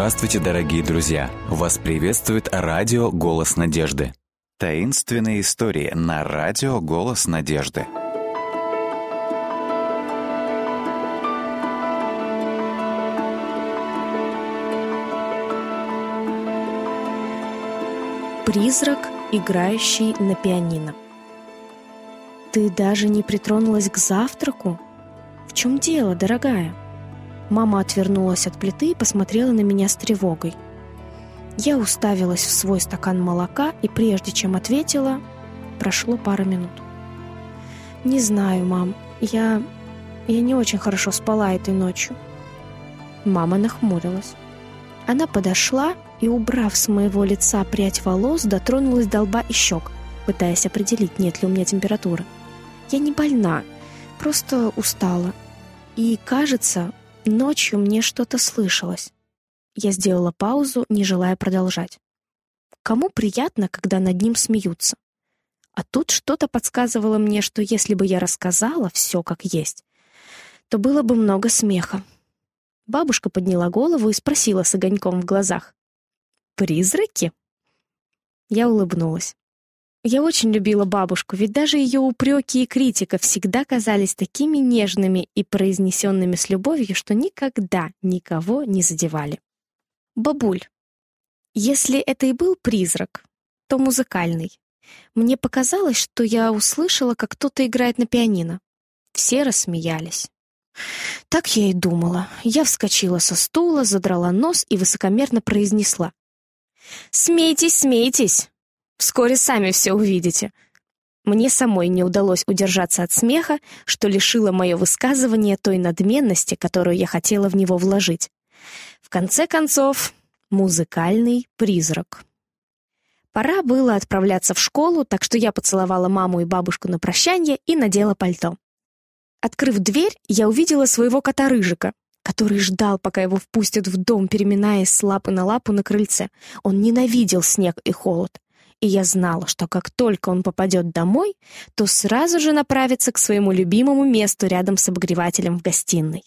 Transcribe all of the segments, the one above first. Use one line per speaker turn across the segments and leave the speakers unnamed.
Здравствуйте, дорогие друзья! Вас приветствует радио «Голос надежды». Таинственные истории на радио «Голос надежды».
Призрак, играющий на пианино. «Ты даже не притронулась к завтраку? В чем дело, дорогая?» Мама отвернулась от плиты и посмотрела на меня с тревогой. Я уставилась в свой стакан молока, и прежде чем ответила, прошло пара минут. «Не знаю, мам, я не очень хорошо спала этой ночью». Мама нахмурилась. Она подошла и, убрав с моего лица прядь волос, дотронулась до лба и щек, пытаясь определить, нет ли у меня температуры. Я не больна, просто устала. И, кажется, ночью мне что-то слышалось. Я сделала паузу, не желая продолжать. Кому приятно, когда над ним смеются? А тут что-то подсказывало мне, что если бы я рассказала все как есть, то было бы много смеха. Бабушка подняла голову и спросила с огоньком в глазах: «Призраки?» Я улыбнулась. Я очень любила бабушку, ведь даже ее упреки и критика всегда казались такими нежными и произнесенными с любовью, что никогда никого не задевали. «Бабуль, если это и был призрак, то музыкальный. Мне показалось, что я услышала, как кто-то играет на пианино». Все рассмеялись. Так я и думала. Я вскочила со стула, задрала нос и высокомерно произнесла: «Смейтесь, смейтесь! Вскоре сами все увидите». Мне самой не удалось удержаться от смеха, что лишило мое высказывание той надменности, которую я хотела в него вложить. В конце концов, музыкальный призрак. Пора было отправляться в школу, так что я поцеловала маму и бабушку на прощанье и надела пальто. Открыв дверь, я увидела своего кота Рыжика, который ждал, пока его впустят в дом, переминаясь с лапы на лапу на крыльце. Он ненавидел снег и холод. И я знала, что как только он попадет домой, то сразу же направится к своему любимому месту рядом с обогревателем в гостиной.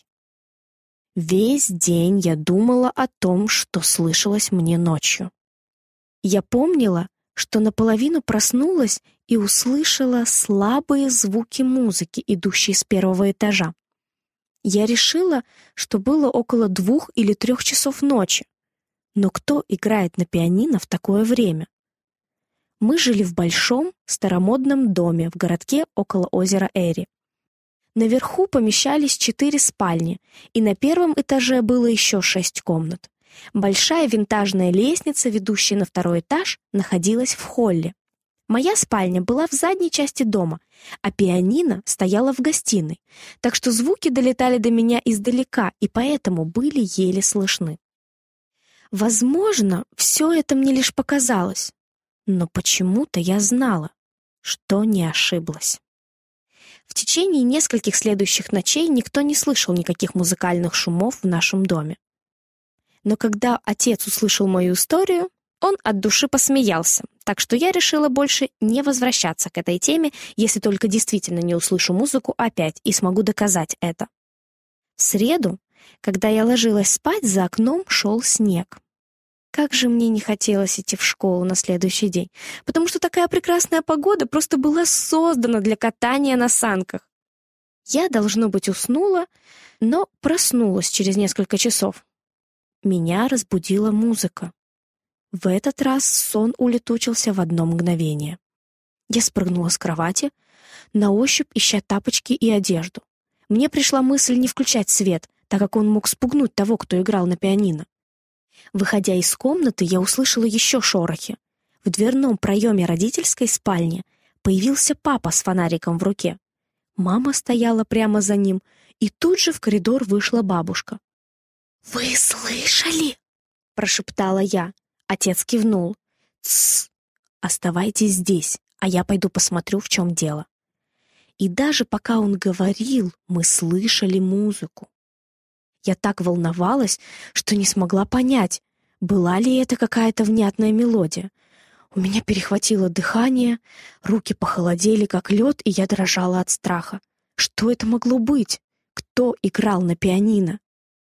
Весь день я думала о том, что слышалось мне ночью. Я помнила, что наполовину проснулась и услышала слабые звуки музыки, идущие с первого этажа. Я решила, что было около 2 или 3 часов ночи. Но кто играет на пианино в такое время? Мы жили в большом, старомодном доме в городке около озера Эри. Наверху помещались 4 спальни, и на первом этаже было еще 6 комнат. Большая винтажная лестница, ведущая на 2-й этаж, находилась в холле. Моя спальня была в задней части дома, а пианино стояло в гостиной, так что звуки долетали до меня издалека и поэтому были еле слышны. Возможно, все это мне лишь показалось, но почему-то я знала, что не ошиблась. В течение нескольких следующих ночей никто не слышал никаких музыкальных шумов в нашем доме. Но когда отец услышал мою историю, он от души посмеялся, так что я решила больше не возвращаться к этой теме, если только действительно не услышу музыку опять и смогу доказать это. В среду, когда я ложилась спать, за окном шел снег. Как же мне не хотелось идти в школу на следующий день, потому что такая прекрасная погода просто была создана для катания на санках. Я, должно быть, уснула, но проснулась через несколько часов. Меня разбудила музыка. В этот раз сон улетучился в одно мгновение. Я спрыгнула с кровати, на ощупь ища тапочки и одежду. Мне пришла мысль не включать свет, так как он мог спугнуть того, кто играл на пианино. Выходя из комнаты, я услышала еще шорохи. В дверном проеме родительской спальни появился папа с фонариком в руке. Мама стояла прямо за ним, и тут же в коридор вышла бабушка. «Вы слышали?» — прошептала я. Отец кивнул. «Тссс! Оставайтесь здесь, а я пойду посмотрю, в чем дело». И даже пока он говорил, мы слышали музыку. Я так волновалась, что не смогла понять, была ли это какая-то внятная мелодия. У меня перехватило дыхание, руки похолодели, как лед, и я дрожала от страха. Что это могло быть? Кто играл на пианино?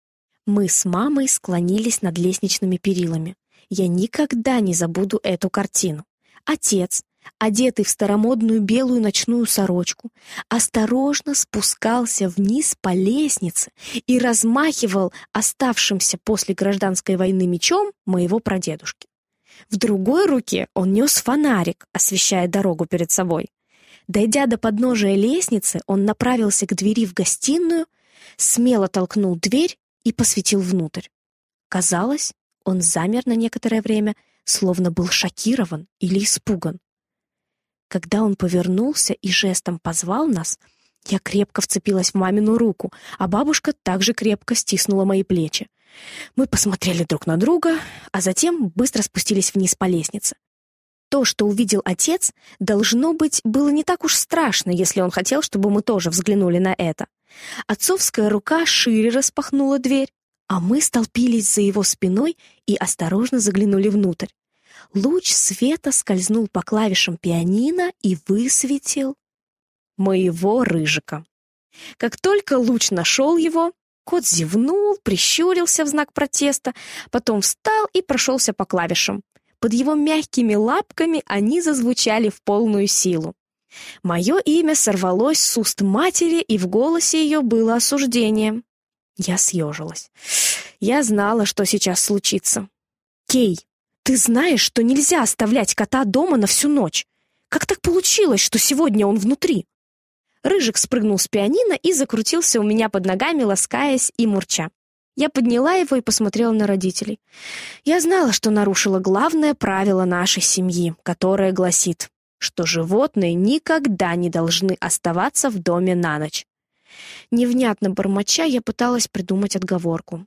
Мы с мамой склонились над лестничными перилами. Я никогда не забуду эту картину. Отец, одетый в старомодную белую ночную сорочку, осторожно спускался вниз по лестнице и размахивал оставшимся после гражданской войны мечом моего прадедушки. В другой руке он нес фонарик, освещая дорогу перед собой. Дойдя до подножия лестницы, он направился к двери в гостиную, смело толкнул дверь и посветил внутрь. Казалось, он замер на некоторое время, словно был шокирован или испуган. Когда он повернулся и жестом позвал нас, я крепко вцепилась в мамину руку, а бабушка также крепко стиснула мои плечи. Мы посмотрели друг на друга, а затем быстро спустились вниз по лестнице. То, что увидел отец, должно быть, было не так уж страшно, если он хотел, чтобы мы тоже взглянули на это. Отцовская рука шире распахнула дверь, а мы столпились за его спиной и осторожно заглянули внутрь. Луч света скользнул по клавишам пианино и высветил моего Рыжика. Как только луч нашел его, кот зевнул, прищурился в знак протеста, потом встал и прошелся по клавишам. Под его мягкими лапками они зазвучали в полную силу. Мое имя сорвалось с уст матери, и в голосе ее было осуждение. Я съежилась. Я знала, что сейчас случится. «Кей, ты знаешь, что нельзя оставлять кота дома на всю ночь. Как так получилось, что сегодня он внутри?» Рыжик спрыгнул с пианино и закрутился у меня под ногами, ласкаясь и мурча. Я подняла его и посмотрела на родителей. Я знала, что нарушила главное правило нашей семьи, которое гласит, что животные никогда не должны оставаться в доме на ночь. Невнятно бормоча, я пыталась придумать отговорку.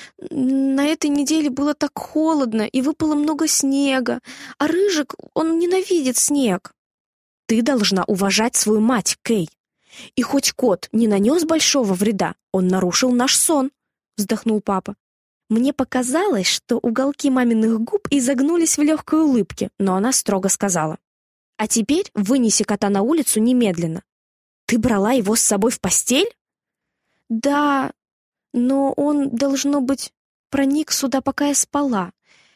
На этой неделе было так холодно, и выпало много снега, а Рыжик, он ненавидит снег. Ты должна уважать свою мать, Кей. И хоть кот не нанес большого вреда, он нарушил наш сон, вздохнул папа. Мне показалось, что уголки маминых губ изогнулись в легкой улыбке, но она строго сказала: «А теперь вынеси кота на улицу немедленно». «Ты брала его с собой в постель?» «Да, но он, должно быть, проник сюда, пока я спала.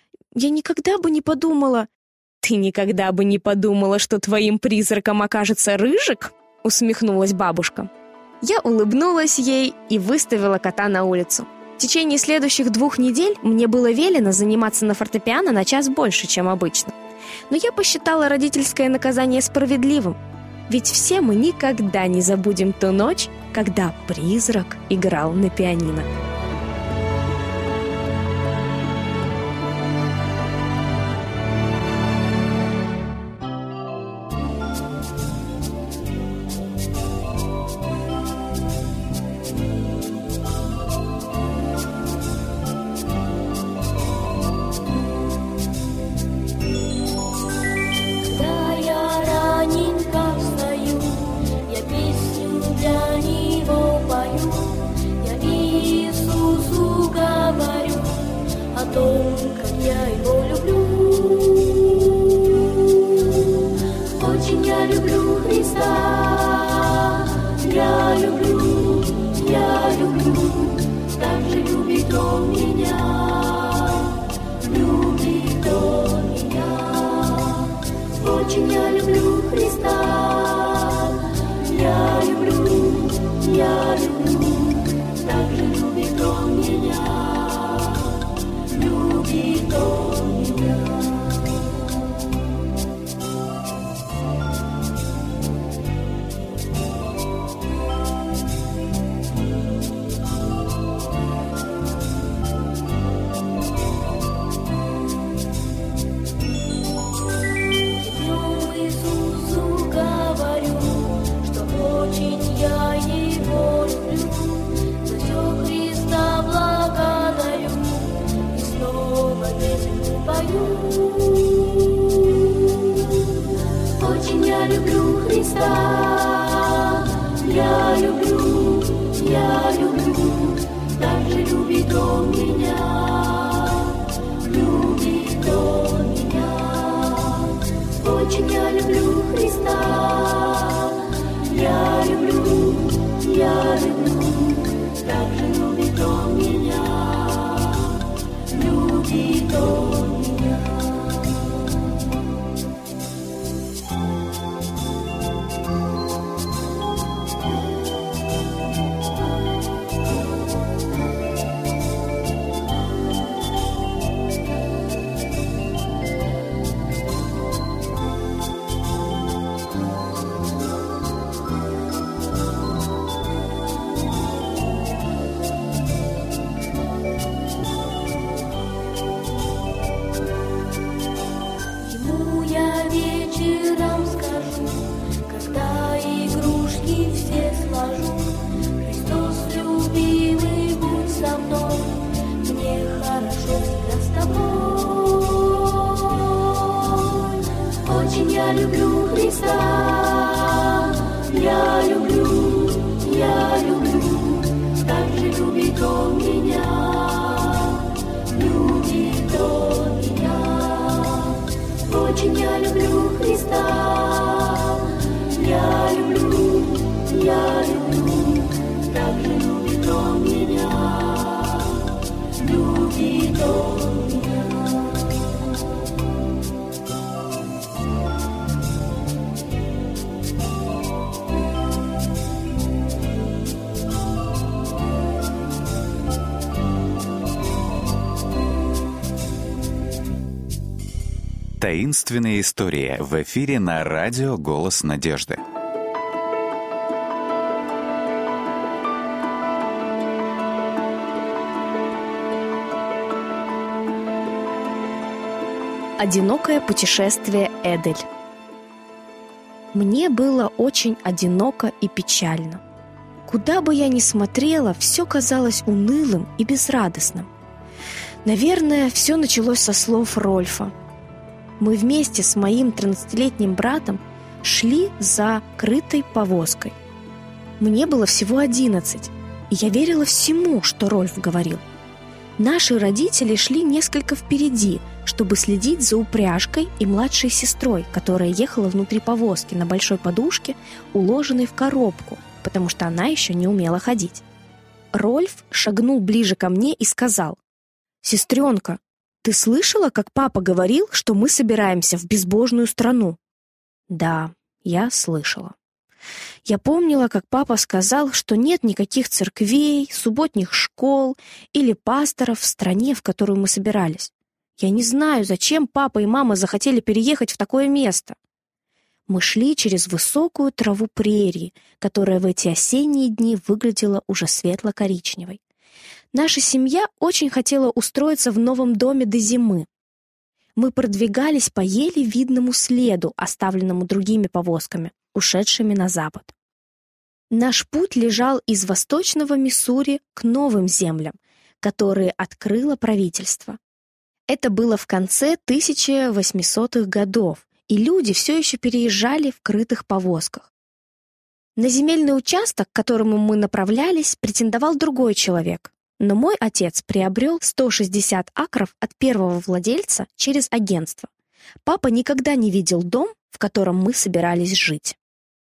Я никогда бы не подумала...» «Ты никогда бы не подумала, что твоим призраком окажется Рыжик?» — усмехнулась бабушка. Я улыбнулась ей и выставила кота на улицу. В течение следующих 2 недель мне было велено заниматься на фортепиано на час больше, чем обычно. Но я посчитала родительское наказание справедливым. Ведь все мы никогда не забудем ту ночь, когда призрак играл на пианино.
Я люблю, так же любит он меня. скажу: Христос, любимый, будь со мной, мне хорошо всегда с тобой. Очень я люблю Христа, я люблю, так же любит Он меня, любит Он меня. Очень я люблю Христа, я люблю, так же любит Он меня, любит Он меня.
Таинственные истории в эфире на радио «Голос надежды».
Одинокое путешествие Эдель. Мне было очень одиноко и печально. Куда бы я ни смотрела, все казалось унылым и безрадостным. Наверное, все началось со слов Рольфа. Мы вместе с моим 13-летним братом шли за крытой повозкой. Мне было всего 11, и я верила всему, что Рольф говорил. Наши родители шли несколько впереди, чтобы следить за упряжкой и младшей сестрой, которая ехала внутри повозки на большой подушке, уложенной в коробку, потому что она еще не умела ходить. Рольф шагнул ближе ко мне и сказал: «Сестренка, ты слышала, как папа говорил, что мы собираемся в безбожную страну?» Да, я слышала. Я помнила, как папа сказал, что нет никаких церквей, субботних школ или пасторов в стране, в которую мы собирались. Я не знаю, зачем папа и мама захотели переехать в такое место. Мы шли через высокую траву прерии, которая в эти осенние дни выглядела уже светло-коричневой. Наша семья очень хотела устроиться в новом доме до зимы. Мы продвигались по еле видному следу, оставленному другими повозками, ушедшими на запад. Наш путь лежал из восточного Миссури к новым землям, которые открыло правительство. Это было в конце 1800-х годов, и люди все еще переезжали в крытых повозках. На земельный участок, к которому мы направлялись, претендовал другой человек. Но мой отец приобрел 160 акров от первого владельца через агентство. Папа никогда не видел дом, в котором мы собирались жить.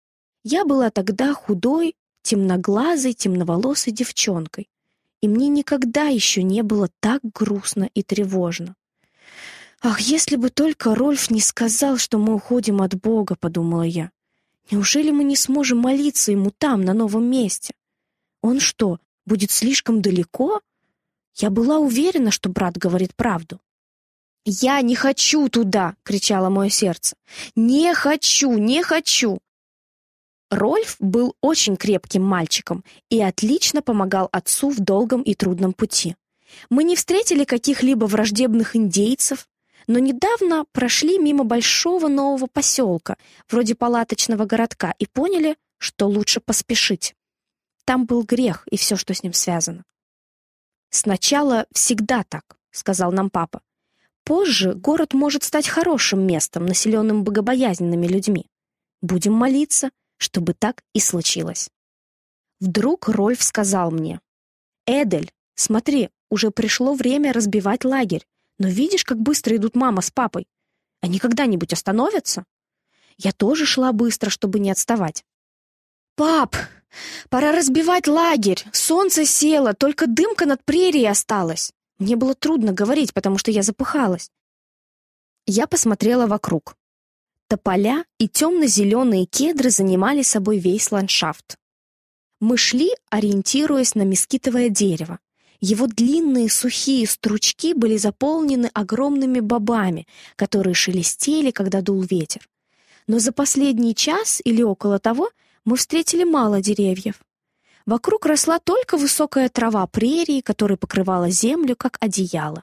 Я была тогда худой, темноглазой, темноволосой девчонкой, и мне никогда еще не было так грустно и тревожно. «Ах, если бы только Рольф не сказал, что мы уходим от Бога», — подумала я. «Неужели мы не сможем молиться Ему там, на новом месте? Он что, будет слишком далеко?» Я была уверена, что брат говорит правду. «Я не хочу туда!» — кричало мое сердце. «Не хочу, не хочу!» Рольф был очень крепким мальчиком и отлично помогал отцу в долгом и трудном пути. Мы не встретили каких-либо враждебных индейцев, но недавно прошли мимо большого нового поселка, вроде палаточного городка, и поняли, что лучше поспешить. Там был грех и все, что с ним связано. «Сначала всегда так», — сказал нам папа. «Позже город может стать хорошим местом, населенным богобоязненными людьми. Будем молиться, чтобы так и случилось». Вдруг Рольф сказал мне: «Эдель, смотри, уже пришло время разбивать лагерь, но видишь, как быстро идут мама с папой? Они когда-нибудь остановятся?» Я тоже шла быстро, чтобы не отставать. «Пап, пора разбивать лагерь. Солнце село, только дымка над прерией осталась». Мне было трудно говорить, потому что я запыхалась. Я посмотрела вокруг. Тополя и темно-зеленые кедры занимали собой весь ландшафт. Мы шли, ориентируясь на мескитовое дерево. Его длинные сухие стручки были заполнены огромными бобами, которые шелестели, когда дул ветер. Но за последний час или около того мы встретили мало деревьев. Вокруг росла только высокая трава прерии, которая покрывала землю, как одеяло.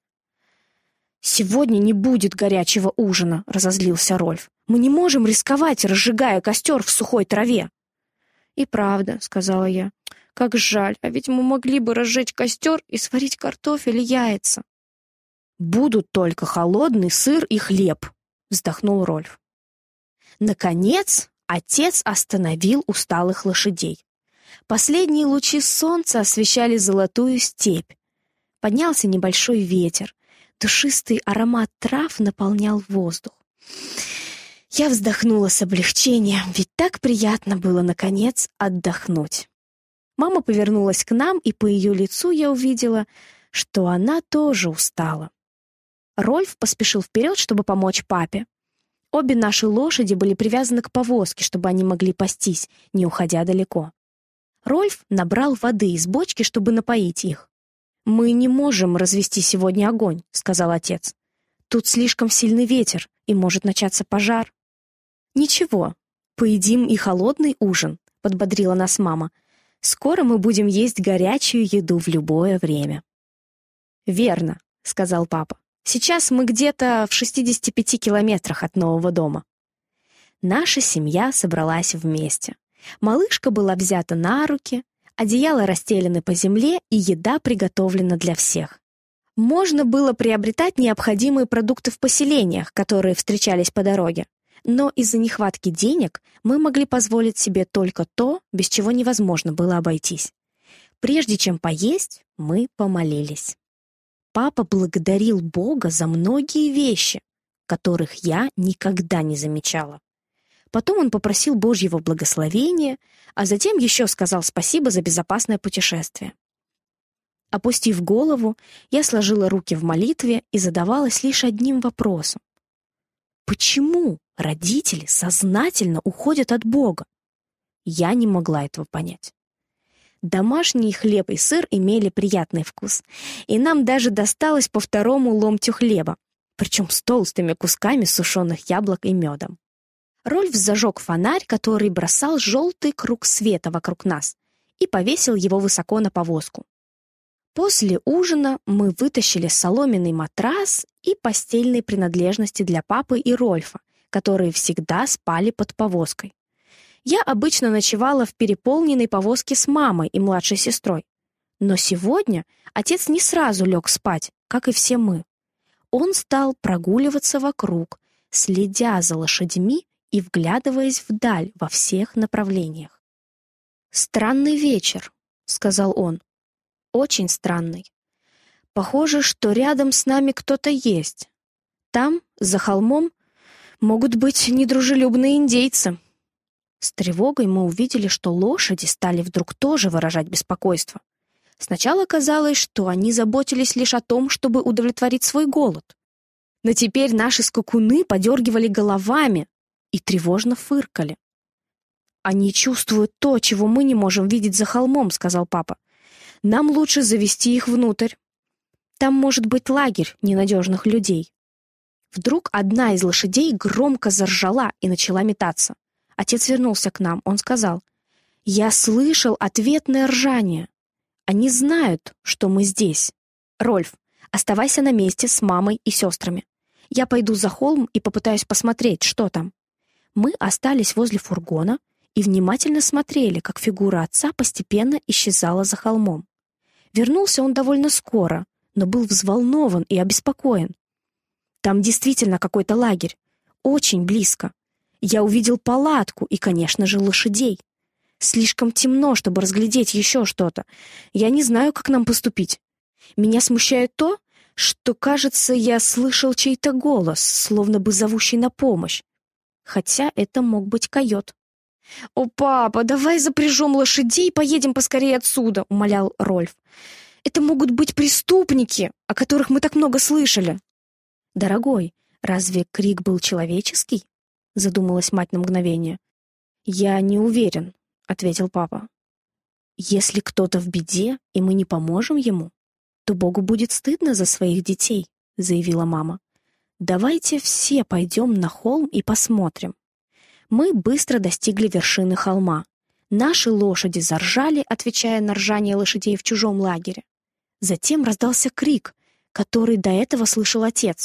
«Сегодня не будет горячего ужина», — разозлился Рольф. «Мы не можем рисковать, разжигая костер в сухой траве». «И правда», — сказала я, — «как жаль, а ведь мы могли бы разжечь костер и сварить картофель и яйца». «Будут только холодный сыр и хлеб», — вздохнул Рольф. Наконец, отец остановил усталых лошадей. Последние лучи солнца освещали золотую степь. Поднялся небольшой ветер. Душистый аромат трав наполнял воздух. Я вздохнула с облегчением, ведь так приятно было, наконец, отдохнуть. Мама повернулась к нам, и по ее лицу я увидела, что она тоже устала. Рольф поспешил вперед, чтобы помочь папе. Обе наши лошади были привязаны к повозке, чтобы они могли пастись, не уходя далеко. Рольф набрал воды из бочки, чтобы напоить их. «Мы не можем развести сегодня огонь», — сказал отец. «Тут слишком сильный ветер, и может начаться пожар». «Ничего, поедим и холодный ужин», — подбодрила нас мама. «Скоро мы будем есть горячую еду в любое время». «Верно», — сказал папа. «Сейчас мы где-то в 65 километрах от нового дома». Наша семья собралась вместе. Малышка была взята на руки, одеяла расстелены по земле, и еда приготовлена для всех. Можно было приобретать необходимые продукты в поселениях, которые встречались по дороге, но из-за нехватки денег мы могли позволить себе только то, без чего невозможно было обойтись. Прежде чем поесть, мы помолились. Папа благодарил Бога за многие вещи, которых я никогда не замечала. Потом он попросил Божьего благословения, а затем еще сказал спасибо за безопасное путешествие. Опустив голову, я сложила руки в молитве и задавалась лишь одним вопросом. Почему родители сознательно уходят от Бога? Я не могла этого понять. Домашний хлеб и сыр имели приятный вкус, и нам даже досталось по второму ломтю хлеба, причем с толстыми кусками сушеных яблок и медом. Рольф зажег фонарь, который бросал желтый круг света вокруг нас, и повесил его высоко на повозку. После ужина мы вытащили соломенный матрас и постельные принадлежности для папы и Рольфа, которые всегда спали под повозкой. Я обычно ночевала в переполненной повозке с мамой и младшей сестрой. Но сегодня отец не сразу лег спать, как и все мы. Он стал прогуливаться вокруг, следя за лошадьми и вглядываясь вдаль во всех направлениях. «Странный вечер», — сказал он. «Очень странный. Похоже, что рядом с нами кто-то есть. Там, за холмом, могут быть недружелюбные индейцы». С тревогой мы увидели, что лошади стали вдруг тоже выражать беспокойство. Сначала казалось, что они заботились лишь о том, чтобы удовлетворить свой голод. Но теперь наши скакуны подергивали головами и тревожно фыркали. «Они чувствуют то, чего мы не можем видеть за холмом», — сказал папа. «Нам лучше завести их внутрь. Там может быть лагерь ненадежных людей». Вдруг одна из лошадей громко заржала и начала метаться. Отец вернулся к нам. Он сказал: «Я слышал ответное ржание. Они знают, что мы здесь. Рольф, оставайся на месте с мамой и сестрами. Я пойду за холм и попытаюсь посмотреть, что там». Мы остались возле фургона и внимательно смотрели, как фигура отца постепенно исчезала за холмом. Вернулся он довольно скоро, но был взволнован и обеспокоен. Там действительно какой-то лагерь, очень близко. Я увидел палатку и, конечно же, лошадей. Слишком темно, чтобы разглядеть еще что-то. Я не знаю, как нам поступить. Меня смущает то, что, кажется, я слышал чей-то голос, словно бы зовущий на помощь. Хотя это мог быть койот. «О, папа, давай запряжем лошадей и поедем поскорее отсюда», — умолял Рольф. «Это могут быть преступники, о которых мы так много слышали». «Дорогой, разве крик был человеческий?» — задумалась мать на мгновение. «Я не уверен», — ответил папа. «Если кто-то в беде, и мы не поможем ему, то Богу будет стыдно за своих детей», — заявила мама. «Давайте все пойдем на холм и посмотрим». Мы быстро достигли вершины холма. Наши лошади заржали, отвечая на ржание лошадей в чужом лагере. Затем раздался крик, который до этого слышал отец.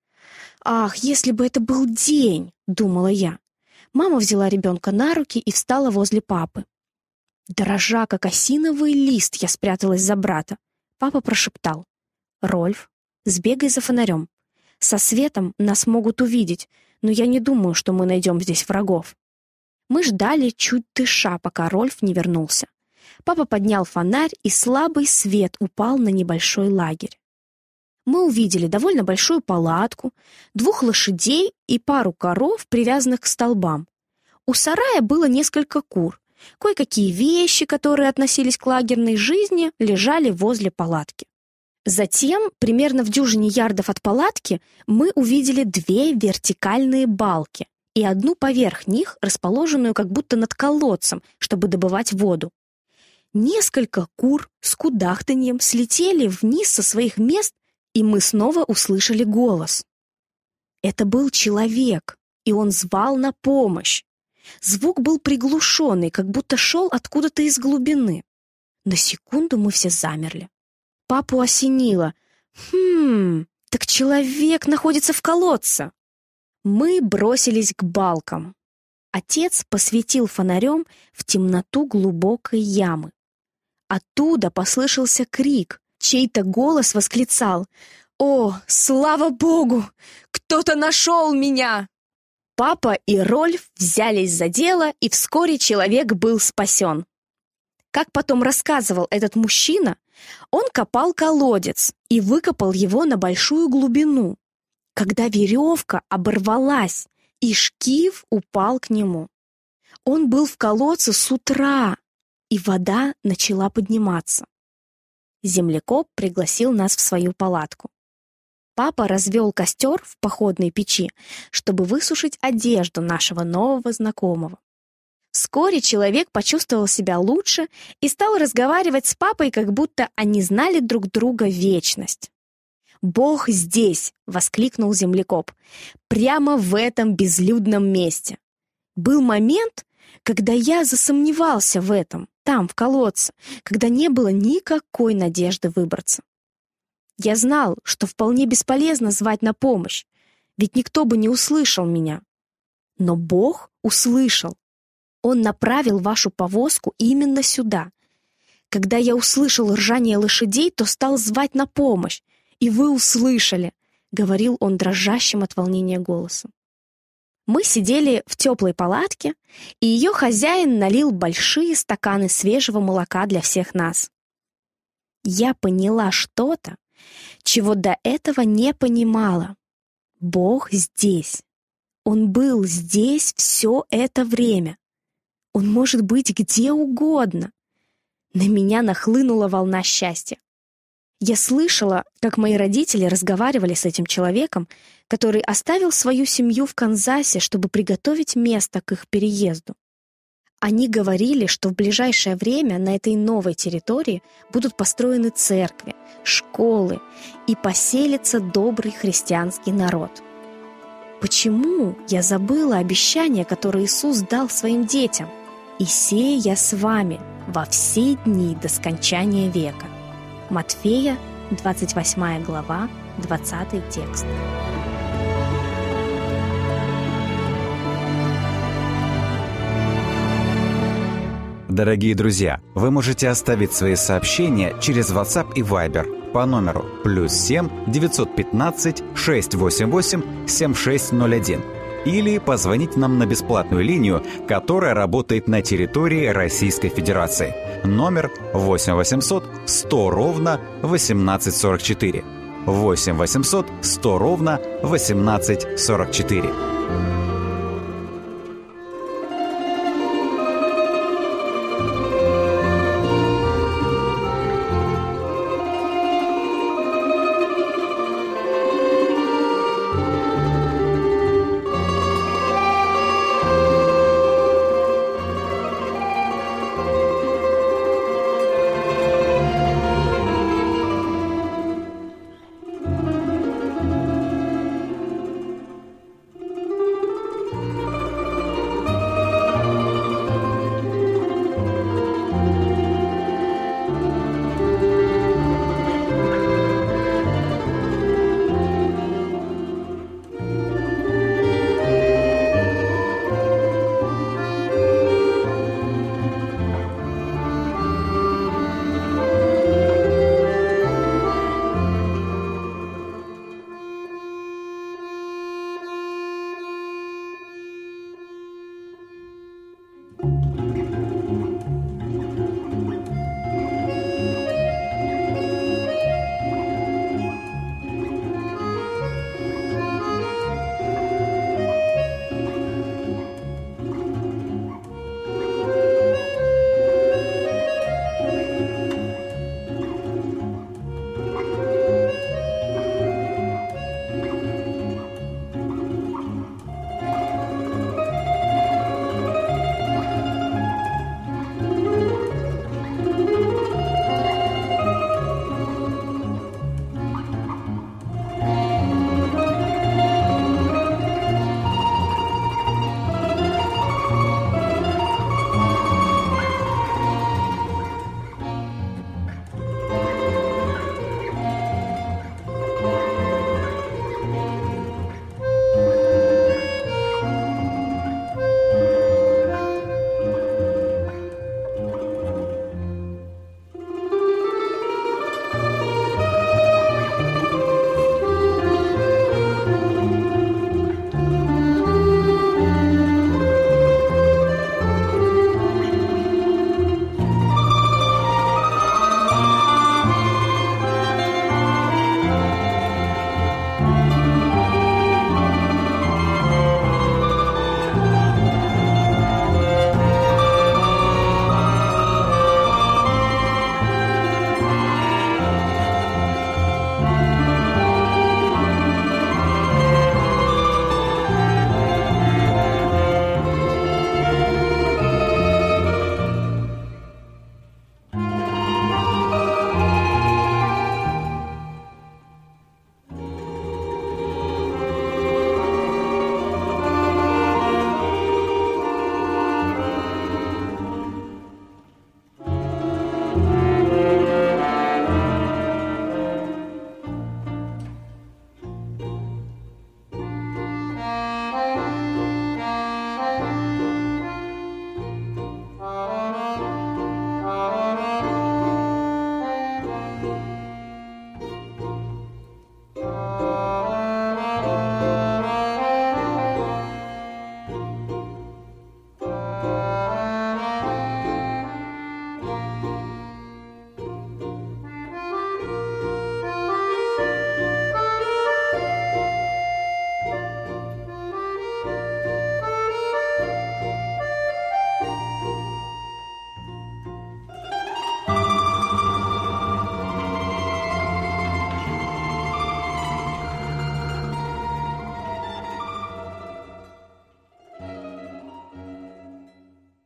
«Ах, если бы это был день!» — думала я. Мама взяла ребенка на руки и встала возле папы. Дрожа, как осиновый лист, я спряталась за брата. Папа прошептал: «Рольф, сбегай за фонарем. Со светом нас могут увидеть, но я не думаю, что мы найдем здесь врагов». Мы ждали, чуть дыша, пока Рольф не вернулся. Папа поднял фонарь, и слабый свет упал на небольшой лагерь. Мы увидели довольно большую палатку, 2 лошадей и пару коров, привязанных к столбам. У сарая было несколько кур. Кое-какие вещи, которые относились к лагерной жизни, лежали возле палатки. Затем, примерно в дюжине ярдов от палатки, мы увидели 2 вертикальные балки и одну поверх них, расположенную как будто над колодцем, чтобы добывать воду. Несколько кур с кудахтаньем слетели вниз со своих мест, и мы снова услышали голос. Это был человек, и он звал на помощь. Звук был приглушенный, как будто шел откуда-то из глубины. На секунду мы все замерли. Папу осенило. Так человек находится в колодце. Мы бросились к балкам. Отец посветил фонарем в темноту глубокой ямы. Оттуда послышался крик. Чей-то голос восклицал: «О, слава Богу! Кто-то нашел меня!» Папа и Рольф взялись за дело, и вскоре человек был спасен. Как потом рассказывал этот мужчина, он копал колодец и выкопал его на большую глубину, когда веревка оборвалась, и шкив упал к нему. Он был в колодце с утра, и вода начала подниматься. Землекоп пригласил нас в свою палатку. Папа развел костер в походной печи, чтобы высушить одежду нашего нового знакомого. Вскоре человек почувствовал себя лучше и стал разговаривать с папой, как будто они знали друг друга вечность. «Бог здесь!» — воскликнул землекоп. «Прямо в этом безлюдном месте!» Был момент, когда я засомневался в этом, там, в колодце, когда не было никакой надежды выбраться. Я знал, что вполне бесполезно звать на помощь, ведь никто бы не услышал меня. Но Бог услышал. Он направил вашу повозку именно сюда. Когда я услышал ржание лошадей, то стал звать на помощь, и вы услышали, — говорил он дрожащим от волнения голосом. Мы сидели в теплой палатке, и ее хозяин налил большие стаканы свежего молока для всех нас. Я поняла что-то, чего до этого не понимала. Бог здесь. Он был здесь все это время. Он может быть где угодно. На меня нахлынула волна счастья. Я слышала, как мои родители разговаривали с этим человеком, который оставил свою семью в Канзасе, чтобы приготовить место к их переезду. Они говорили, что в ближайшее время на этой новой территории будут построены церкви, школы и поселится добрый христианский народ. Почему я забыла обещание, которое Иисус дал своим детям? «И сея я с вами во все дни до скончания века». Матфея, 28 глава, 20 текст.
Дорогие друзья, вы можете оставить свои сообщения через WhatsApp и Viber по номеру +7 915 688 7601 или позвонить нам на бесплатную линию, которая работает на территории Российской Федерации. Номер 8 800 100 ровно 1844. 8 800 100 ровно 1844.